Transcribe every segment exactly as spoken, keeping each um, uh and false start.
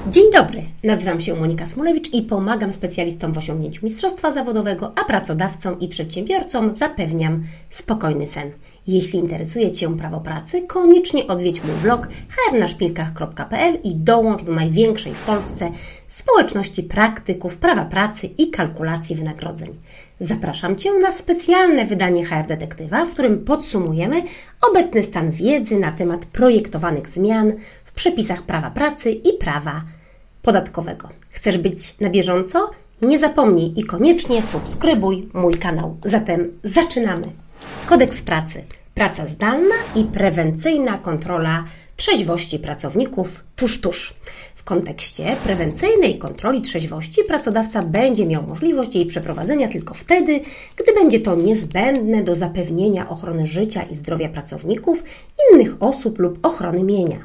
Dzień dobry, nazywam się Monika Smulewicz i pomagam specjalistom w osiągnięciu mistrzostwa zawodowego, a pracodawcom i przedsiębiorcom zapewniam spokojny sen. Jeśli interesuje Cię prawo pracy, koniecznie odwiedź mój blog h r na szpilkach kropka p l i dołącz do największej w Polsce społeczności praktyków prawa pracy i kalkulacji wynagrodzeń. Zapraszam Cię na specjalne wydanie H R Detektywa, w którym podsumujemy obecny stan wiedzy na temat projektowanych zmian w przepisach prawa pracy i prawa podatkowego. Chcesz być na bieżąco? Nie zapomnij i koniecznie subskrybuj mój kanał. Zatem zaczynamy. Kodeks pracy. Praca zdalna i prewencyjna kontrola trzeźwości pracowników tuż, tuż. W kontekście prewencyjnej kontroli trzeźwości pracodawca będzie miał możliwość jej przeprowadzenia tylko wtedy, gdy będzie to niezbędne do zapewnienia ochrony życia i zdrowia pracowników, innych osób lub ochrony mienia.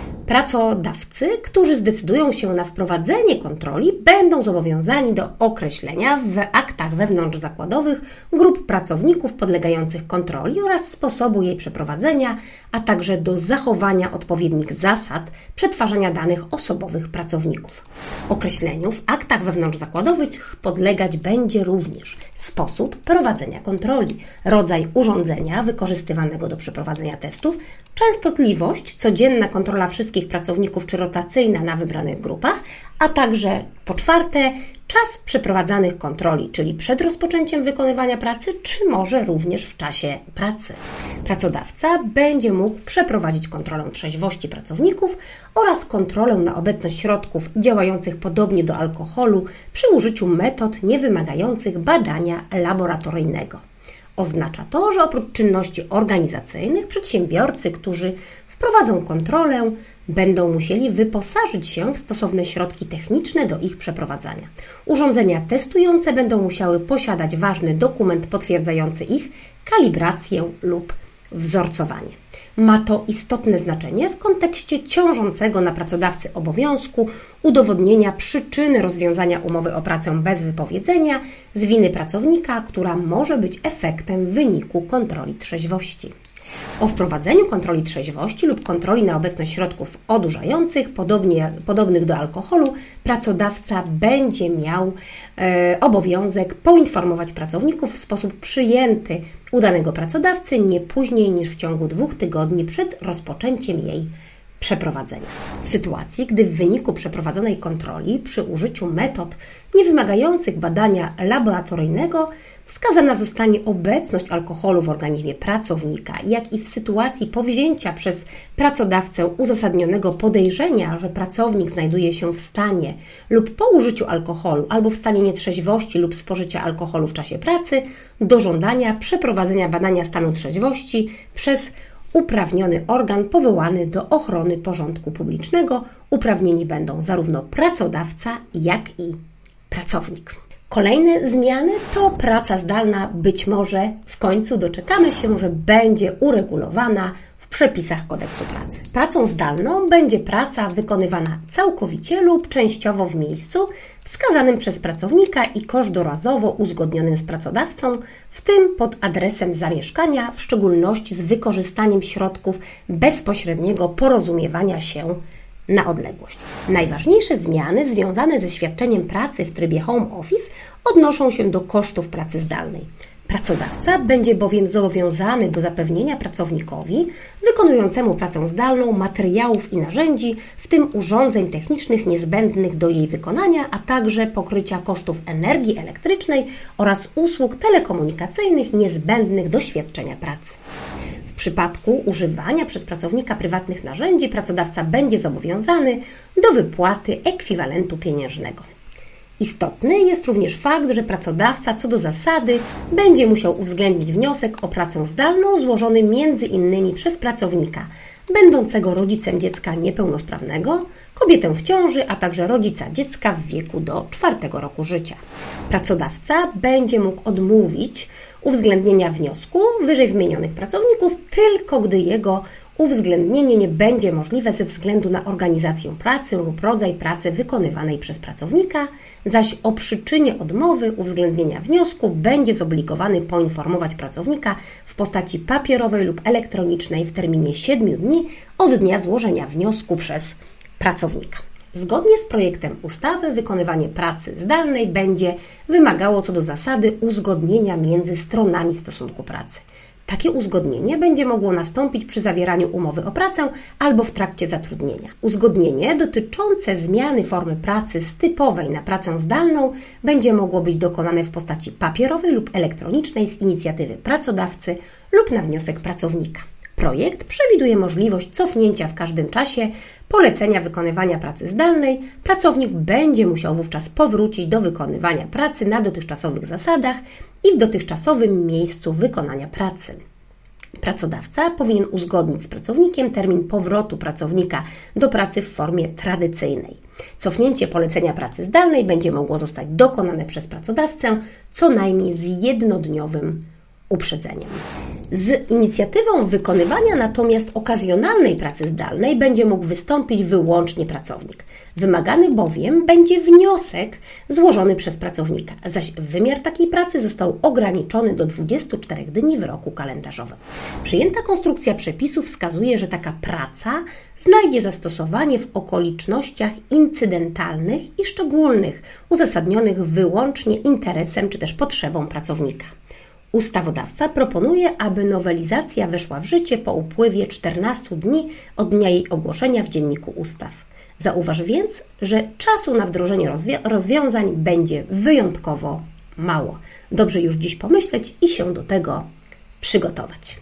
Pracodawcy, którzy zdecydują się na wprowadzenie kontroli, będą zobowiązani do określenia w aktach wewnątrzzakładowych grup pracowników podlegających kontroli oraz sposobu jej przeprowadzenia, a także do zachowania odpowiednich zasad przetwarzania danych osobowych pracowników. Określeniu w aktach wewnątrzzakładowych podlegać będzie również sposób prowadzenia kontroli, rodzaj urządzenia wykorzystywanego do przeprowadzenia testów, częstotliwość, codzienna kontrola wszystkich pracowników czy rotacyjna na wybranych grupach, a także po czwarte czas przeprowadzanych kontroli, czyli przed rozpoczęciem wykonywania pracy, czy może również w czasie pracy. Pracodawca będzie mógł przeprowadzić kontrolę trzeźwości pracowników oraz kontrolę na obecność środków działających podobnie do alkoholu przy użyciu metod niewymagających badania laboratoryjnego. Oznacza to, że oprócz czynności organizacyjnych przedsiębiorcy, którzy wprowadzą kontrolę, będą musieli wyposażyć się w stosowne środki techniczne do ich przeprowadzania. Urządzenia testujące będą musiały posiadać ważny dokument potwierdzający ich kalibrację lub wzorcowanie. Ma to istotne znaczenie w kontekście ciążącego na pracodawcy obowiązku udowodnienia przyczyny rozwiązania umowy o pracę bez wypowiedzenia z winy pracownika, która może być efektem wyniku kontroli trzeźwości. O wprowadzeniu kontroli trzeźwości lub kontroli na obecność środków odurzających, podobnie, podobnych do alkoholu, pracodawca będzie miał e, obowiązek poinformować pracowników w sposób przyjęty u danego pracodawcy nie później niż w ciągu dwóch tygodni przed rozpoczęciem jej przeprowadzenia. W sytuacji, gdy w wyniku przeprowadzonej kontroli przy użyciu metod niewymagających badania laboratoryjnego wskazana zostanie obecność alkoholu w organizmie pracownika, jak i w sytuacji powzięcia przez pracodawcę uzasadnionego podejrzenia, że pracownik znajduje się w stanie lub po użyciu alkoholu albo w stanie nietrzeźwości lub spożycia alkoholu w czasie pracy, do żądania przeprowadzenia badania stanu trzeźwości przez uprawniony organ powołany do ochrony porządku publicznego. Uprawnieni będą zarówno pracodawca, jak i pracownik. Kolejne zmiany to praca zdalna. Być może w końcu doczekamy się, że będzie uregulowana w przepisach kodeksu pracy. Pracą zdalną będzie praca wykonywana całkowicie lub częściowo w miejscu wskazanym przez pracownika i każdorazowo uzgodnionym z pracodawcą, w tym pod adresem zamieszkania, w szczególności z wykorzystaniem środków bezpośredniego porozumiewania się na odległość. Najważniejsze zmiany związane ze świadczeniem pracy w trybie home office odnoszą się do kosztów pracy zdalnej. Pracodawca będzie bowiem zobowiązany do zapewnienia pracownikowi wykonującemu pracę zdalną materiałów i narzędzi, w tym urządzeń technicznych niezbędnych do jej wykonania, a także pokrycia kosztów energii elektrycznej oraz usług telekomunikacyjnych niezbędnych do świadczenia pracy. W przypadku używania przez pracownika prywatnych narzędzi pracodawca będzie zobowiązany do wypłaty ekwiwalentu pieniężnego. Istotny jest również fakt, że pracodawca co do zasady będzie musiał uwzględnić wniosek o pracę zdalną złożony między innymi przez pracownika będącego rodzicem dziecka niepełnosprawnego, kobietę w ciąży, a także rodzica dziecka w wieku do czwartego roku życia. Pracodawca będzie mógł odmówić uwzględnienia wniosku wyżej wymienionych pracowników tylko gdy jego uwzględnienie nie będzie możliwe ze względu na organizację pracy lub rodzaj pracy wykonywanej przez pracownika, zaś o przyczynie odmowy uwzględnienia wniosku będzie zobligowany poinformować pracownika w postaci papierowej lub elektronicznej w terminie siedmiu dni od dnia złożenia wniosku przez pracownika. Zgodnie z projektem ustawy wykonywanie pracy zdalnej będzie wymagało co do zasady uzgodnienia między stronami stosunku pracy. Takie uzgodnienie będzie mogło nastąpić przy zawieraniu umowy o pracę albo w trakcie zatrudnienia. Uzgodnienie dotyczące zmiany formy pracy z typowej na pracę zdalną będzie mogło być dokonane w postaci papierowej lub elektronicznej z inicjatywy pracodawcy lub na wniosek pracownika. Projekt przewiduje możliwość cofnięcia w każdym czasie polecenia wykonywania pracy zdalnej. Pracownik będzie musiał wówczas powrócić do wykonywania pracy na dotychczasowych zasadach i w dotychczasowym miejscu wykonania pracy. Pracodawca powinien uzgodnić z pracownikiem termin powrotu pracownika do pracy w formie tradycyjnej. Cofnięcie polecenia pracy zdalnej będzie mogło zostać dokonane przez pracodawcę co najmniej z jednodniowym uprzedzeniem. Z inicjatywą wykonywania natomiast okazjonalnej pracy zdalnej będzie mógł wystąpić wyłącznie pracownik. Wymagany bowiem będzie wniosek złożony przez pracownika, zaś wymiar takiej pracy został ograniczony do dwudziestu czterech dni w roku kalendarzowym. Przyjęta konstrukcja przepisów wskazuje, że taka praca znajdzie zastosowanie w okolicznościach incydentalnych i szczególnych, uzasadnionych wyłącznie interesem czy też potrzebą pracownika. Ustawodawca proponuje, aby nowelizacja weszła w życie po upływie czternastu dni od dnia jej ogłoszenia w Dzienniku Ustaw. Zauważ więc, że czasu na wdrożenie rozwią- rozwiązań będzie wyjątkowo mało. Dobrze już dziś pomyśleć i się do tego przygotować.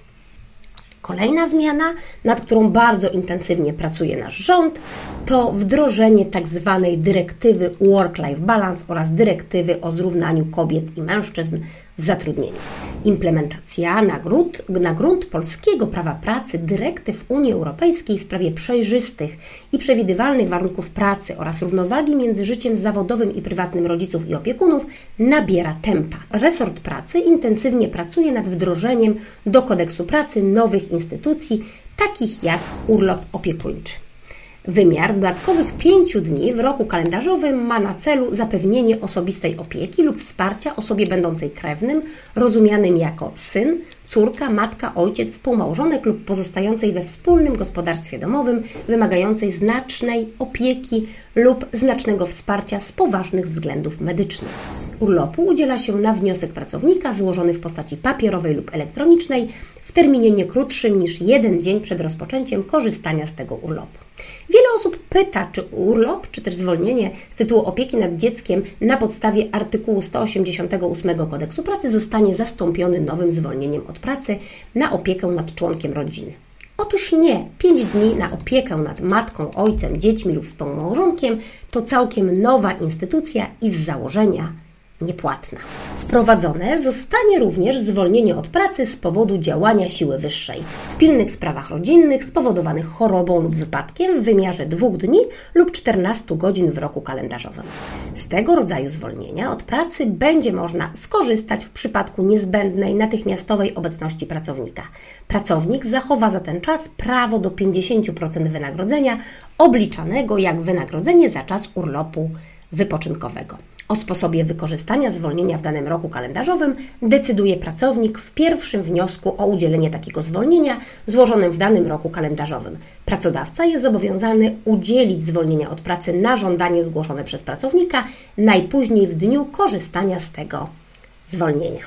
Kolejna zmiana, nad którą bardzo intensywnie pracuje nasz rząd, to wdrożenie tzw. dyrektywy Work-Life Balance oraz dyrektywy o zrównaniu kobiet i mężczyzn w zatrudnieniu. Implementacja na grunt, na grunt polskiego prawa pracy dyrektyw Unii Europejskiej w sprawie przejrzystych i przewidywalnych warunków pracy oraz równowagi między życiem zawodowym i prywatnym rodziców i opiekunów nabiera tempa. Resort pracy intensywnie pracuje nad wdrożeniem do kodeksu pracy nowych instytucji, takich jak urlop opiekuńczy. Wymiar dodatkowych pięciu dni w roku kalendarzowym ma na celu zapewnienie osobistej opieki lub wsparcia osobie będącej krewnym, rozumianym jako syn, córka, matka, ojciec, współmałżonek lub pozostającej we wspólnym gospodarstwie domowym, wymagającej znacznej opieki lub znacznego wsparcia z poważnych względów medycznych. Urlopu udziela się na wniosek pracownika złożony w postaci papierowej lub elektronicznej w terminie nie krótszym niż jeden dzień przed rozpoczęciem korzystania z tego urlopu. Wiele osób pyta, czy urlop, czy też zwolnienie z tytułu opieki nad dzieckiem na podstawie artykułu sto osiemdziesiątego ósmego Kodeksu Pracy zostanie zastąpiony nowym zwolnieniem od pracy na opiekę nad członkiem rodziny. Otóż nie. Pięć dni na opiekę nad matką, ojcem, dziećmi lub współmałżonkiem to całkiem nowa instytucja i z założenia niepłatna. Wprowadzone zostanie również zwolnienie od pracy z powodu działania siły wyższej w pilnych sprawach rodzinnych spowodowanych chorobą lub wypadkiem w wymiarze dwóch dni lub czternastu godzin w roku kalendarzowym. Z tego rodzaju zwolnienia od pracy będzie można skorzystać w przypadku niezbędnej natychmiastowej obecności pracownika. Pracownik zachowa za ten czas prawo do pięćdziesięciu procent wynagrodzenia obliczanego jak wynagrodzenie za czas urlopu wypoczynkowego. O sposobie wykorzystania zwolnienia w danym roku kalendarzowym decyduje pracownik w pierwszym wniosku o udzielenie takiego zwolnienia złożonym w danym roku kalendarzowym. Pracodawca jest zobowiązany udzielić zwolnienia od pracy na żądanie zgłoszone przez pracownika najpóźniej w dniu korzystania z tego zwolnienia.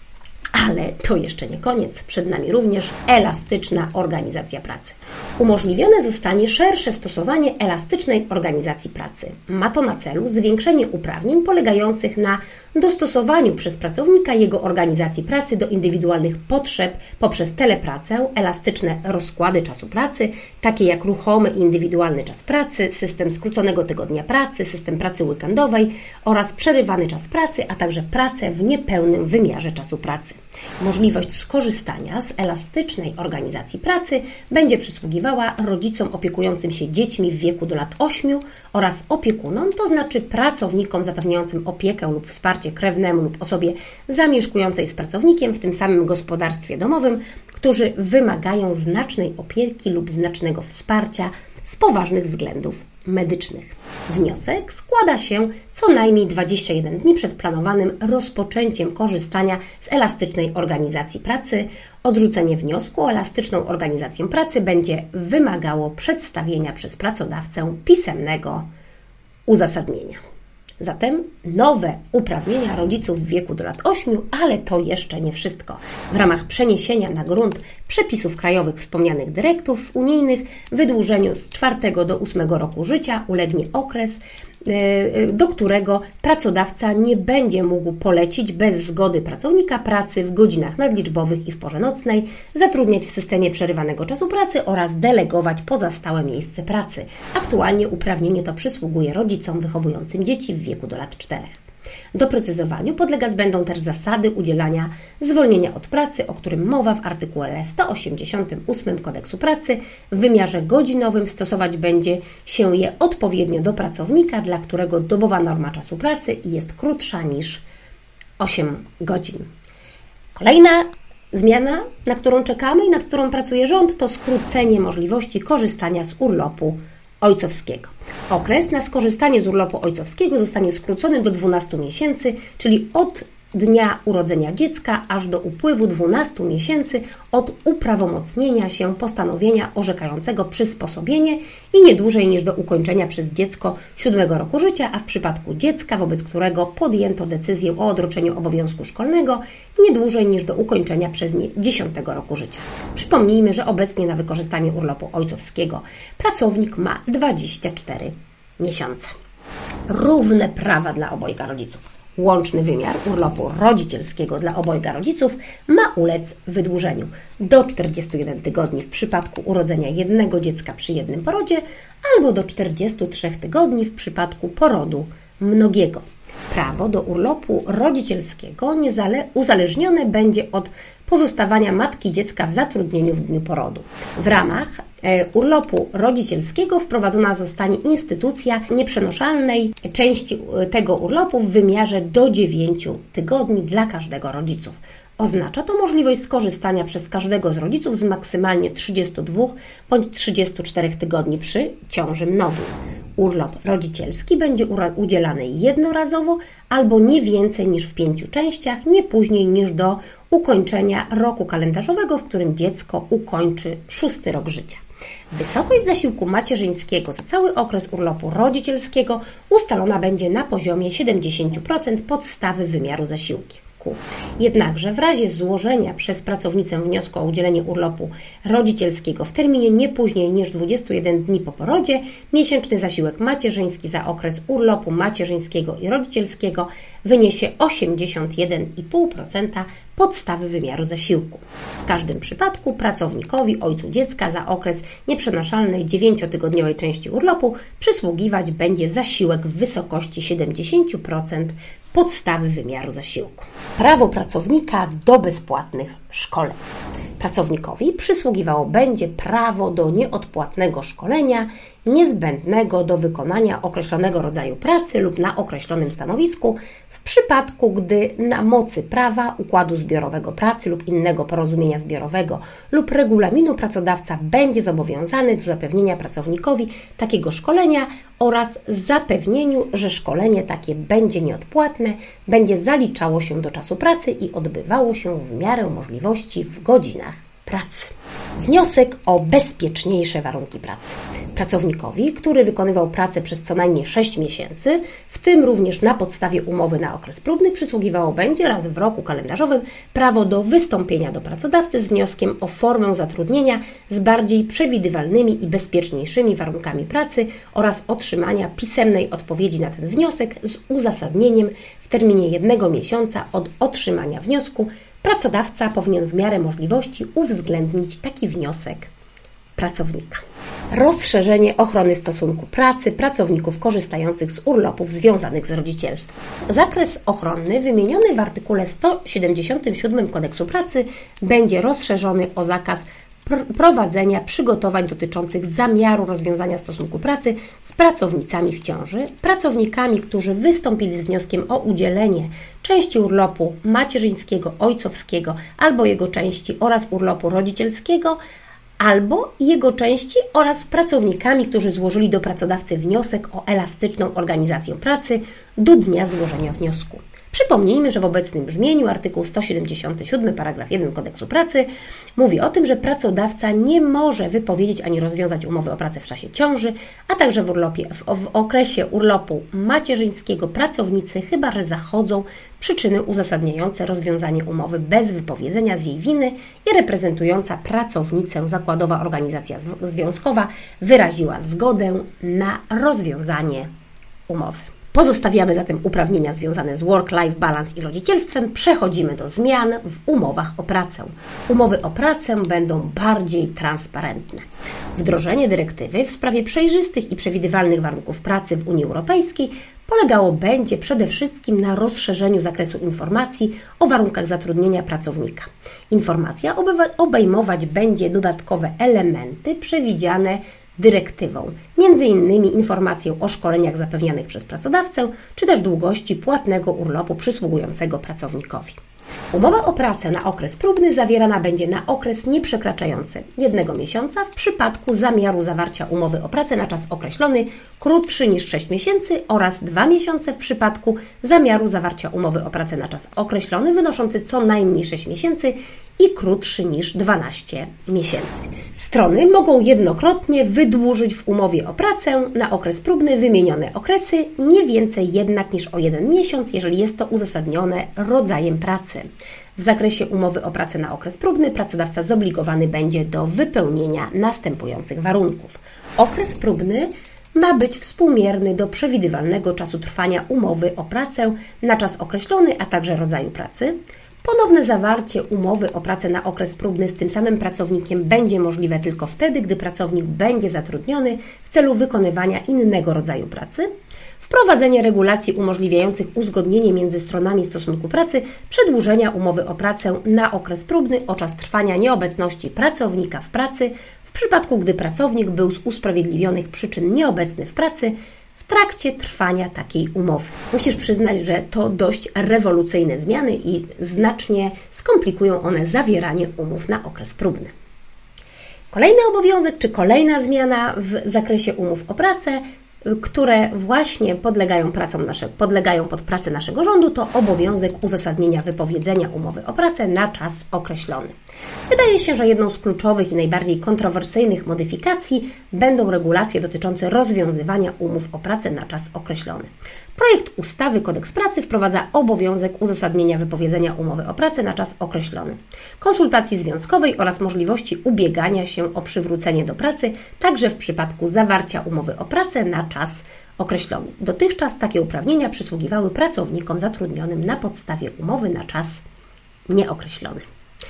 Ale to jeszcze nie koniec. Przed nami również elastyczna organizacja pracy. Umożliwione zostanie szersze stosowanie elastycznej organizacji pracy. Ma to na celu zwiększenie uprawnień polegających na dostosowaniu przez pracownika jego organizacji pracy do indywidualnych potrzeb poprzez telepracę, elastyczne rozkłady czasu pracy, takie jak ruchomy i indywidualny czas pracy, system skróconego tygodnia pracy, system pracy weekendowej oraz przerywany czas pracy, a także pracę w niepełnym wymiarze czasu pracy. Możliwość skorzystania z elastycznej organizacji pracy będzie przysługiwała rodzicom opiekującym się dziećmi w wieku do lat ośmiu oraz opiekunom, to znaczy pracownikom zapewniającym opiekę lub wsparcie krewnemu lub osobie zamieszkującej z pracownikiem w tym samym gospodarstwie domowym, którzy wymagają znacznej opieki lub znacznego wsparcia z poważnych względów medycznych. Wniosek składa się co najmniej dwadzieścia jeden dni przed planowanym rozpoczęciem korzystania z elastycznej organizacji pracy. Odrzucenie wniosku o elastyczną organizację pracy będzie wymagało przedstawienia przez pracodawcę pisemnego uzasadnienia. Zatem nowe uprawnienia rodziców w wieku do lat ośmiu, ale to jeszcze nie wszystko. W ramach przeniesienia na grunt przepisów krajowych wspomnianych dyrektyw unijnych wydłużeniu z czwartego do ósmego roku życia ulegnie okres, do którego pracodawca nie będzie mógł polecić bez zgody pracownika pracy w godzinach nadliczbowych i w porze nocnej, zatrudniać w systemie przerywanego czasu pracy oraz delegować poza stałe miejsce pracy. Aktualnie uprawnienie to przysługuje rodzicom wychowującym dzieci w wieku do lat czterech. Doprecyzowaniu podlegać będą też zasady udzielania zwolnienia od pracy, o którym mowa w artykule sto osiemdziesiątym ósmym Kodeksu Pracy. W wymiarze godzinowym stosować będzie się je odpowiednio do pracownika, dla którego dobowa norma czasu pracy jest krótsza niż osiem godzin. Kolejna zmiana, na którą czekamy i nad którą pracuje rząd, to skrócenie możliwości korzystania z urlopu ojcowskiego. Okres na skorzystanie z urlopu ojcowskiego zostanie skrócony do dwunastu miesięcy, czyli od dnia urodzenia dziecka aż do upływu dwunastu miesięcy od uprawomocnienia się postanowienia orzekającego przysposobienie i nie dłużej niż do ukończenia przez dziecko siódmego roku życia, a w przypadku dziecka, wobec którego podjęto decyzję o odroczeniu obowiązku szkolnego, nie dłużej niż do ukończenia przez nie dziesiątego roku życia. Przypomnijmy, że obecnie na wykorzystanie urlopu ojcowskiego pracownik ma dwadzieścia cztery miesiące. Równe prawa dla obojga rodziców. Łączny wymiar urlopu rodzicielskiego dla obojga rodziców ma ulec wydłużeniu do czterdziestu jeden tygodni w przypadku urodzenia jednego dziecka przy jednym porodzie albo do czterdziestu trzech tygodni w przypadku porodu mnogiego. Prawo do urlopu rodzicielskiego niezale- uzależnione będzie od pozostawania matki dziecka w zatrudnieniu w dniu porodu. W ramach e, urlopu rodzicielskiego wprowadzona zostanie instytucja nieprzenoszalnej części tego urlopu w wymiarze do dziewięciu tygodni dla każdego rodziców. Oznacza to możliwość skorzystania przez każdego z rodziców z maksymalnie trzydziestu dwóch bądź trzydziestu czterech tygodni przy ciąży mnogiej. Urlop rodzicielski będzie udzielany jednorazowo albo nie więcej niż w pięciu częściach, nie później niż do ukończenia roku kalendarzowego, w którym dziecko ukończy szósty rok życia. Wysokość zasiłku macierzyńskiego za cały okres urlopu rodzicielskiego ustalona będzie na poziomie siedemdziesiąt procent podstawy wymiaru zasiłku. Jednakże w razie złożenia przez pracownicę wniosku o udzielenie urlopu rodzicielskiego w terminie nie później niż dwudziestu jeden dni po porodzie, miesięczny zasiłek macierzyński za okres urlopu macierzyńskiego i rodzicielskiego wyniesie osiemdziesiąt jeden i pół procent podstawy wymiaru zasiłku. W każdym przypadku pracownikowi, ojcu dziecka za okres nieprzenoszalnej dziewięciotygodniowej części urlopu przysługiwać będzie zasiłek w wysokości siedemdziesiąt procent podstawy wymiaru zasiłku. Prawo pracownika do bezpłatnych szkoleń. Pracownikowi przysługiwało będzie prawo do nieodpłatnego szkolenia niezbędnego do wykonania określonego rodzaju pracy lub na określonym stanowisku w przypadku, gdy na mocy prawa, układu zbiorowego pracy lub innego porozumienia zbiorowego lub regulaminu pracodawca będzie zobowiązany do zapewnienia pracownikowi takiego szkolenia oraz zapewnieniu, że szkolenie takie będzie nieodpłatne, będzie zaliczało się do czasu pracy i odbywało się w miarę możliwości w godzinach pracy. Wniosek o bezpieczniejsze warunki pracy. Pracownikowi, który wykonywał pracę przez co najmniej sześć miesięcy, w tym również na podstawie umowy na okres próbny, przysługiwało będzie raz w roku kalendarzowym prawo do wystąpienia do pracodawcy z wnioskiem o formę zatrudnienia z bardziej przewidywalnymi i bezpieczniejszymi warunkami pracy oraz otrzymania pisemnej odpowiedzi na ten wniosek z uzasadnieniem w terminie jednego miesiąca od otrzymania wniosku. Pracodawca powinien w miarę możliwości uwzględnić taki wniosek pracownika. Rozszerzenie ochrony stosunku pracy pracowników korzystających z urlopów związanych z rodzicielstwem. Zakres ochronny wymieniony w artykule sto siedemdziesiątym siódmym Kodeksu Pracy będzie rozszerzony o zakaz prowadzenia przygotowań dotyczących zamiaru rozwiązania stosunku pracy z pracownicami w ciąży, pracownikami, którzy wystąpili z wnioskiem o udzielenie części urlopu macierzyńskiego, ojcowskiego albo jego części oraz urlopu rodzicielskiego, albo jego części oraz z pracownikami, którzy złożyli do pracodawcy wniosek o elastyczną organizację pracy do dnia złożenia wniosku. Przypomnijmy, że w obecnym brzmieniu artykuł sto siedemdziesiąty siódmy paragraf jeden Kodeksu pracy mówi o tym, że pracodawca nie może wypowiedzieć ani rozwiązać umowy o pracę w czasie ciąży, a także w, urlopie, w, w okresie urlopu macierzyńskiego pracownicy, chyba że zachodzą przyczyny uzasadniające rozwiązanie umowy bez wypowiedzenia z jej winy i reprezentująca pracownicę zakładowa organizacja związkowa wyraziła zgodę na rozwiązanie umowy. Pozostawiamy zatem uprawnienia związane z work-life balance i rodzicielstwem. Przechodzimy do zmian w umowach o pracę. Umowy o pracę będą bardziej transparentne. Wdrożenie dyrektywy w sprawie przejrzystych i przewidywalnych warunków pracy w Unii Europejskiej polegało będzie przede wszystkim na rozszerzeniu zakresu informacji o warunkach zatrudnienia pracownika. Informacja obejmować będzie dodatkowe elementy przewidziane dyrektywą, między innymi informację o szkoleniach zapewnianych przez pracodawcę, czy też długości płatnego urlopu przysługującego pracownikowi. Umowa o pracę na okres próbny zawierana będzie na okres nieprzekraczający jednego miesiąca w przypadku zamiaru zawarcia umowy o pracę na czas określony krótszy niż sześć miesięcy oraz dwa miesiące w przypadku zamiaru zawarcia umowy o pracę na czas określony wynoszący co najmniej sześć miesięcy i krótszy niż dwanaście miesięcy. Strony mogą jednokrotnie wydłużyć w umowie o pracę na okres próbny wymienione okresy, nie więcej jednak niż o jeden miesiąc, jeżeli jest to uzasadnione rodzajem pracy. W zakresie umowy o pracę na okres próbny pracodawca zobligowany będzie do wypełnienia następujących warunków. Okres próbny ma być współmierny do przewidywalnego czasu trwania umowy o pracę na czas określony, a także rodzaju pracy. Ponowne zawarcie umowy o pracę na okres próbny z tym samym pracownikiem będzie możliwe tylko wtedy, gdy pracownik będzie zatrudniony w celu wykonywania innego rodzaju pracy. Wprowadzenie regulacji umożliwiających uzgodnienie między stronami stosunku pracy przedłużenia umowy o pracę na okres próbny o czas trwania nieobecności pracownika w pracy w przypadku, gdy pracownik był z usprawiedliwionych przyczyn nieobecny w pracy w trakcie trwania takiej umowy. Musisz przyznać, że to dość rewolucyjne zmiany i znacznie skomplikują one zawieranie umów na okres próbny. Kolejny obowiązek czy kolejna zmiana w zakresie umów o pracę, które właśnie podlegają, pracom nasze, podlegają pod pracę naszego rządu, to obowiązek uzasadnienia wypowiedzenia umowy o pracę na czas określony. Wydaje się, że jedną z kluczowych i najbardziej kontrowersyjnych modyfikacji będą regulacje dotyczące rozwiązywania umów o pracę na czas określony. Projekt ustawy Kodeks pracy wprowadza obowiązek uzasadnienia wypowiedzenia umowy o pracę na czas określony, konsultacji związkowej oraz możliwości ubiegania się o przywrócenie do pracy, także w przypadku zawarcia umowy o pracę na czas określony. Dotychczas takie uprawnienia przysługiwały pracownikom zatrudnionym na podstawie umowy na czas nieokreślony.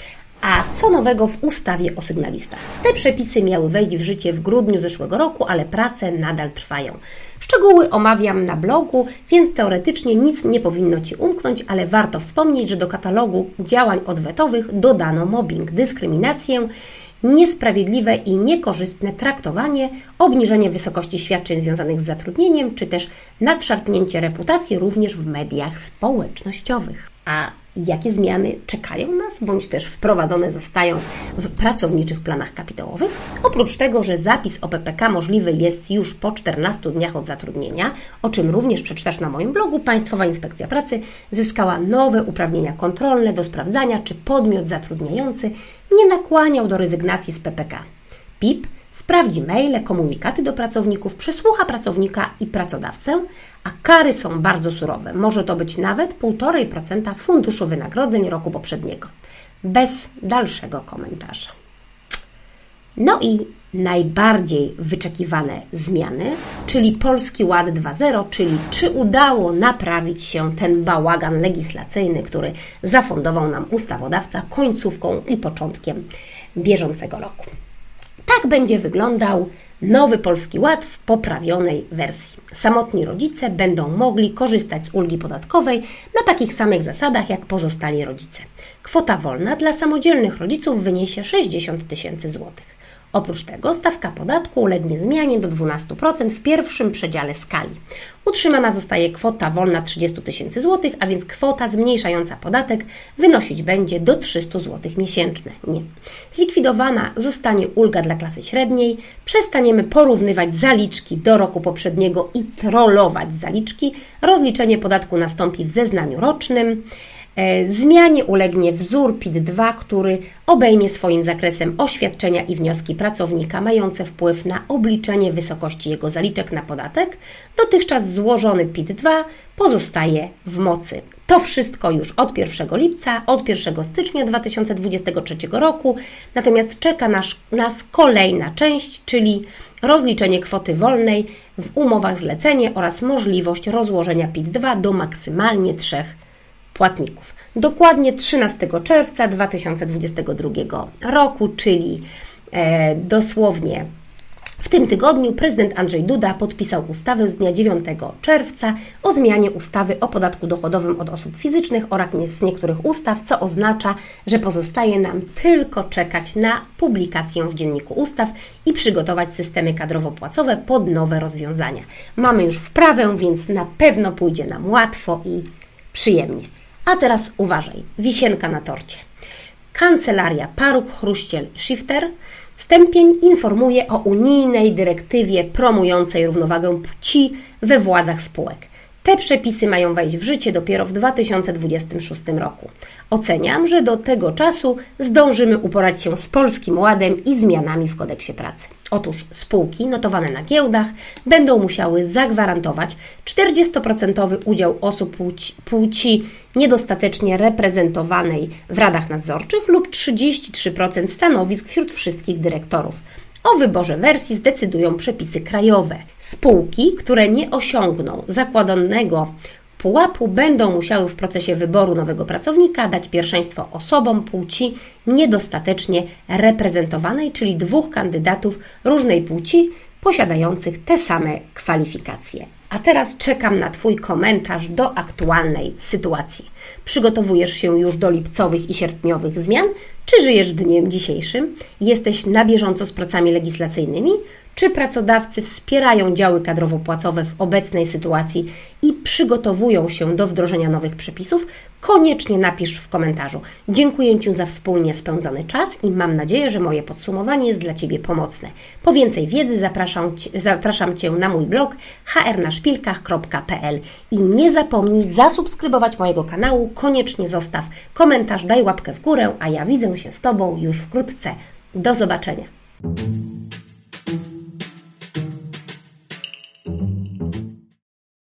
A co nowego w ustawie o sygnalistach? Te przepisy miały wejść w życie w grudniu zeszłego roku, ale prace nadal trwają. Szczegóły omawiam na blogu, więc teoretycznie nic nie powinno Ci umknąć, ale warto wspomnieć, że do katalogu działań odwetowych dodano mobbing, dyskryminację, niesprawiedliwe i niekorzystne traktowanie, obniżenie wysokości świadczeń związanych z zatrudnieniem, czy też nadszarpnięcie reputacji również w mediach społecznościowych. A jakie zmiany czekają nas, bądź też wprowadzone zostają w pracowniczych planach kapitałowych? Oprócz tego, że zapis o P P K możliwy jest już po czternastu dniach od zatrudnienia, o czym również przeczytasz na moim blogu, Państwowa Inspekcja Pracy zyskała nowe uprawnienia kontrolne do sprawdzania, czy podmiot zatrudniający nie nakłaniał do rezygnacji z P P K. P I P sprawdzi maile, komunikaty do pracowników, przesłucha pracownika i pracodawcę, a kary są bardzo surowe. Może to być nawet półtora procent funduszu wynagrodzeń roku poprzedniego. Bez dalszego komentarza. No i najbardziej wyczekiwane zmiany, czyli Polski Ład dwa zero, czyli czy udało naprawić się ten bałagan legislacyjny, który zafundował nam ustawodawca końcówką i początkiem bieżącego roku. Tak będzie wyglądał nowy Polski Ład w poprawionej wersji. Samotni rodzice będą mogli korzystać z ulgi podatkowej na takich samych zasadach jak pozostali rodzice. Kwota wolna dla samodzielnych rodziców wyniesie sześćdziesiąt tysięcy złotych. Oprócz tego stawka podatku ulegnie zmianie do dwunastu procent w pierwszym przedziale skali. Utrzymana zostaje kwota wolna trzydzieści tysięcy złotych, a więc kwota zmniejszająca podatek wynosić będzie do trzysta złotych miesięcznie. Nie. Zlikwidowana zostanie ulga dla klasy średniej, przestaniemy porównywać zaliczki do roku poprzedniego i trollować zaliczki, rozliczenie podatku nastąpi w zeznaniu rocznym. Zmianie ulegnie wzór P I T dwa, który obejmie swoim zakresem oświadczenia i wnioski pracownika mające wpływ na obliczenie wysokości jego zaliczek na podatek. Dotychczas złożony P I T dwa pozostaje w mocy. To wszystko już od pierwszego lipca, od pierwszego stycznia dwa tysiące dwudziestego trzeciego roku, natomiast czeka nas, nas kolejna część, czyli rozliczenie kwoty wolnej w umowach zlecenie oraz możliwość rozłożenia P I T dwa do maksymalnie trzech płatników. Dokładnie trzynastego czerwca dwa tysiące dwudziestego drugiego roku, czyli e, dosłownie w tym tygodniu prezydent Andrzej Duda podpisał ustawę z dnia dziewiątego czerwca o zmianie ustawy o podatku dochodowym od osób fizycznych oraz z niektórych ustaw, co oznacza, że pozostaje nam tylko czekać na publikację w Dzienniku Ustaw i przygotować systemy kadrowo-płacowe pod nowe rozwiązania. Mamy już wprawę, więc na pewno pójdzie nam łatwo i przyjemnie. A teraz uważaj, wisienka na torcie. Kancelaria Paruk-Chruściel-Schifter Stępień informuje o unijnej dyrektywie promującej równowagę płci we władzach spółek. Te przepisy mają wejść w życie dopiero w dwa tysiące dwudziestym szóstym roku. Oceniam, że do tego czasu zdążymy uporać się z Polskim Ładem i zmianami w kodeksie pracy. Otóż spółki notowane na giełdach będą musiały zagwarantować czterdziestoprocentowy udział osób płci, płci niedostatecznie reprezentowanej w radach nadzorczych lub trzydzieści trzy procent stanowisk wśród wszystkich dyrektorów. O wyborze wersji zdecydują przepisy krajowe. Spółki, które nie osiągną zakładanego pułapu, będą musiały w procesie wyboru nowego pracownika dać pierwszeństwo osobom płci niedostatecznie reprezentowanej, czyli dwóch kandydatów różnej płci posiadających te same kwalifikacje. A teraz czekam na Twój komentarz do aktualnej sytuacji. Przygotowujesz się już do lipcowych i sierpniowych zmian? Czy żyjesz dniem dzisiejszym? Jesteś na bieżąco z pracami legislacyjnymi? Czy pracodawcy wspierają działy kadrowo-płacowe w obecnej sytuacji i przygotowują się do wdrożenia nowych przepisów? Koniecznie napisz w komentarzu. Dziękuję Ci za wspólnie spędzony czas i mam nadzieję, że moje podsumowanie jest dla Ciebie pomocne. Po więcej wiedzy zapraszam Cię, zapraszam Cię na mój blog h r na szpilkach kropka p l i nie zapomnij zasubskrybować mojego kanału. Koniecznie zostaw komentarz, daj łapkę w górę, a ja widzę się z Tobą już wkrótce. Do zobaczenia.